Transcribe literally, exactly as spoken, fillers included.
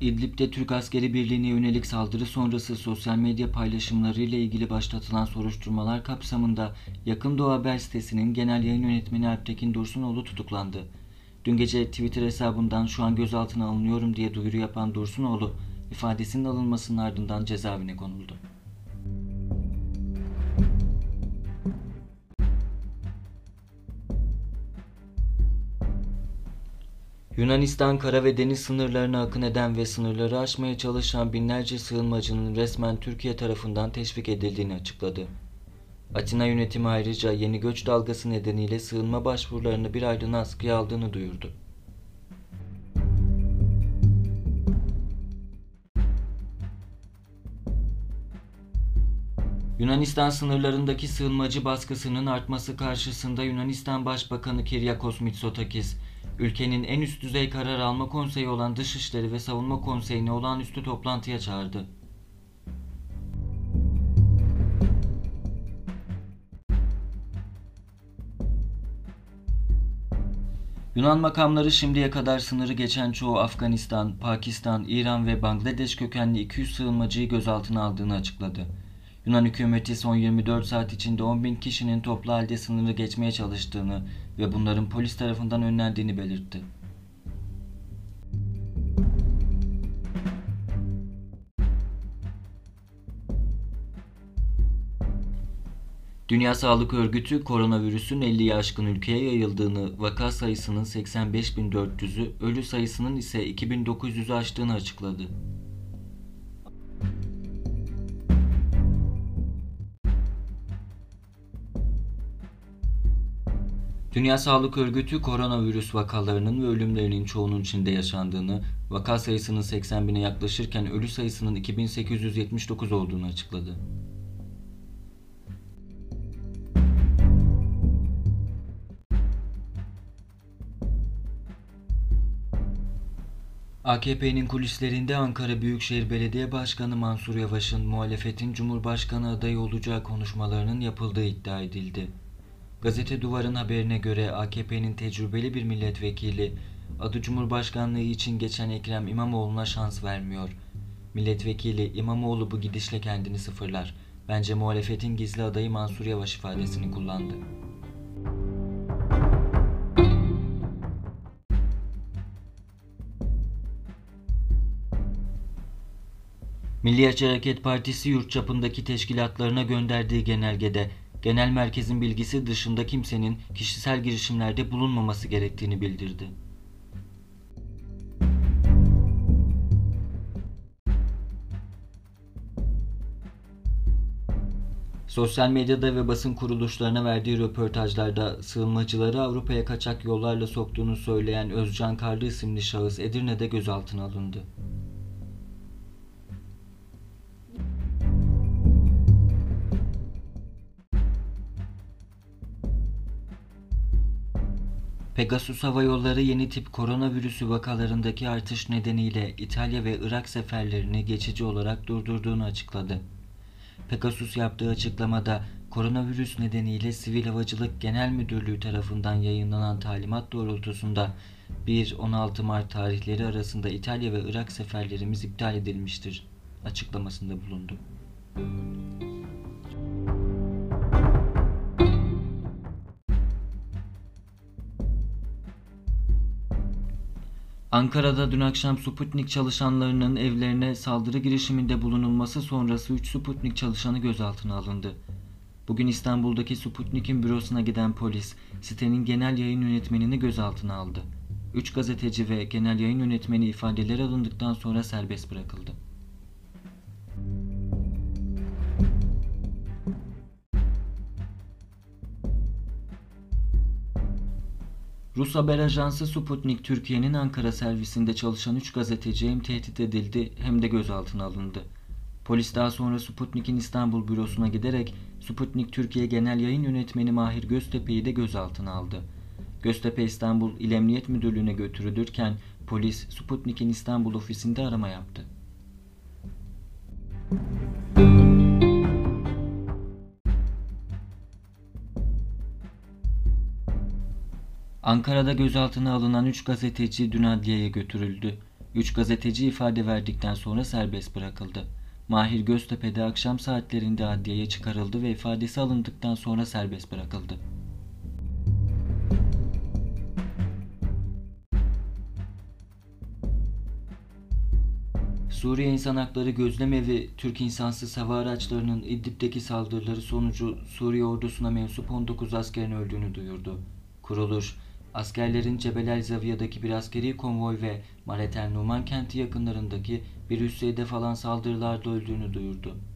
İdlib'de Türk askeri birliğine yönelik saldırı sonrası sosyal medya paylaşımlarıyla ilgili başlatılan soruşturmalar kapsamında Yakın Doğu Haber sitesinin genel yayın yönetmeni Alptekin Dursunoğlu tutuklandı. Dün gece Twitter hesabından "şu an gözaltına alınıyorum" diye duyuru yapan Dursunoğlu, ifadesinin alınmasının ardından cezaevine konuldu. Yunanistan kara ve deniz sınırlarına akın eden ve sınırları aşmaya çalışan binlerce sığınmacının resmen Türkiye tarafından teşvik edildiğini açıkladı. Atina yönetimi ayrıca yeni göç dalgası nedeniyle sığınma başvurularını bir aylığına askıya aldığını duyurdu. Yunanistan sınırlarındaki sığınmacı baskısının artması karşısında Yunanistan Başbakanı Kyriakos Mitsotakis, ülkenin en üst düzey karar alma konseyi olan Dışişleri ve Savunma Konseyi'ni olağanüstü toplantıya çağırdı. Yunan makamları şimdiye kadar sınırı geçen çoğu Afganistan, Pakistan, İran ve Bangladeş kökenli iki yüz sığınmacıyı gözaltına aldığını açıkladı. Yunan hükümeti son yirmi dört saat içinde on bin kişinin toplu halde sınırı geçmeye çalıştığını ve bunların polis tarafından önlendiğini belirtti. Dünya Sağlık Örgütü, koronavirüsün elliyi aşkın ülkeye yayıldığını, vaka sayısının seksen beş bin dört yüzü, ölü sayısının ise iki bin dokuz yüzü aştığını açıkladı. Dünya Sağlık Örgütü, koronavirüs vakalarının ve ölümlerinin çoğunun Çin'de yaşandığını, vaka sayısının seksen bine yaklaşırken ölü sayısının iki bin sekiz yüz yetmiş dokuz olduğunu açıkladı. A K P'nin kulislerinde Ankara Büyükşehir Belediye Başkanı Mansur Yavaş'ın muhalefetin Cumhurbaşkanı adayı olacağı konuşmalarının yapıldığı iddia edildi. Gazete Duvar'ın haberine göre A K P'nin tecrübeli bir milletvekili, adı Cumhurbaşkanlığı için geçen Ekrem İmamoğlu'na şans vermiyor. Milletvekili, "İmamoğlu bu gidişle kendini sıfırlar. Bence muhalefetin gizli adayı Mansur Yavaş" ifadesini kullandı. Milliyetçi Hareket Partisi yurt çapındaki teşkilatlarına gönderdiği genelgede, genel merkezin bilgisi dışında kimsenin kişisel girişimlerde bulunmaması gerektiğini bildirdi. Sosyal medyada ve basın kuruluşlarına verdiği röportajlarda sığınmacıları Avrupa'ya kaçak yollarla soktuğunu söyleyen Özcan Karlı isimli şahıs Edirne'de gözaltına alındı. Pegasus Hava Yolları yeni tip koronavirüsü vakalarındaki artış nedeniyle İtalya ve Irak seferlerini geçici olarak durdurduğunu açıkladı. Pegasus yaptığı açıklamada, koronavirüs nedeniyle Sivil Havacılık Genel Müdürlüğü tarafından yayınlanan talimat doğrultusunda bir on altı Mart tarihleri arasında İtalya ve Irak seferlerimiz iptal edilmiştir açıklamasında bulundu. Ankara'da dün akşam Sputnik çalışanlarının evlerine saldırı girişiminde bulunulması sonrası üç Sputnik çalışanı gözaltına alındı. Bugün İstanbul'daki Sputnik'in bürosuna giden polis, sitenin genel yayın yönetmenini gözaltına aldı. üç gazeteci ve genel yayın yönetmeni ifadeleri alındıktan sonra serbest bırakıldı. Rus haber ajansı Sputnik Türkiye'nin Ankara servisinde çalışan üç gazeteci hem tehdit edildi hem de gözaltına alındı. Polis daha sonra Sputnik'in İstanbul bürosuna giderek Sputnik Türkiye Genel Yayın Yönetmeni Mahir Göztepe'yi de gözaltına aldı. Göztepe İstanbul İl Emniyet Müdürlüğü'ne götürülürken polis Sputnik'in İstanbul ofisinde arama yaptı. Ankara'da gözaltına alınan üç gazeteci dün adliyeye götürüldü. Üç gazeteci ifade verdikten sonra serbest bırakıldı. Mahir Göztepe de akşam saatlerinde adliyeye çıkarıldı ve ifadesi alındıktan sonra serbest bırakıldı. Suriye İnsan Hakları Gözlemevi, Türk insansız hava araçlarının İdlib'deki saldırıları sonucu Suriye ordusuna mensup on dokuz askerin öldüğünü duyurdu. Kuruluş, askerlerin Cebel El Zaviya'daki bir askeri konvoy ve Maret el Numan kenti yakınlarındaki bir üsse hedef alan saldırılarda öldüğünü duyurdu.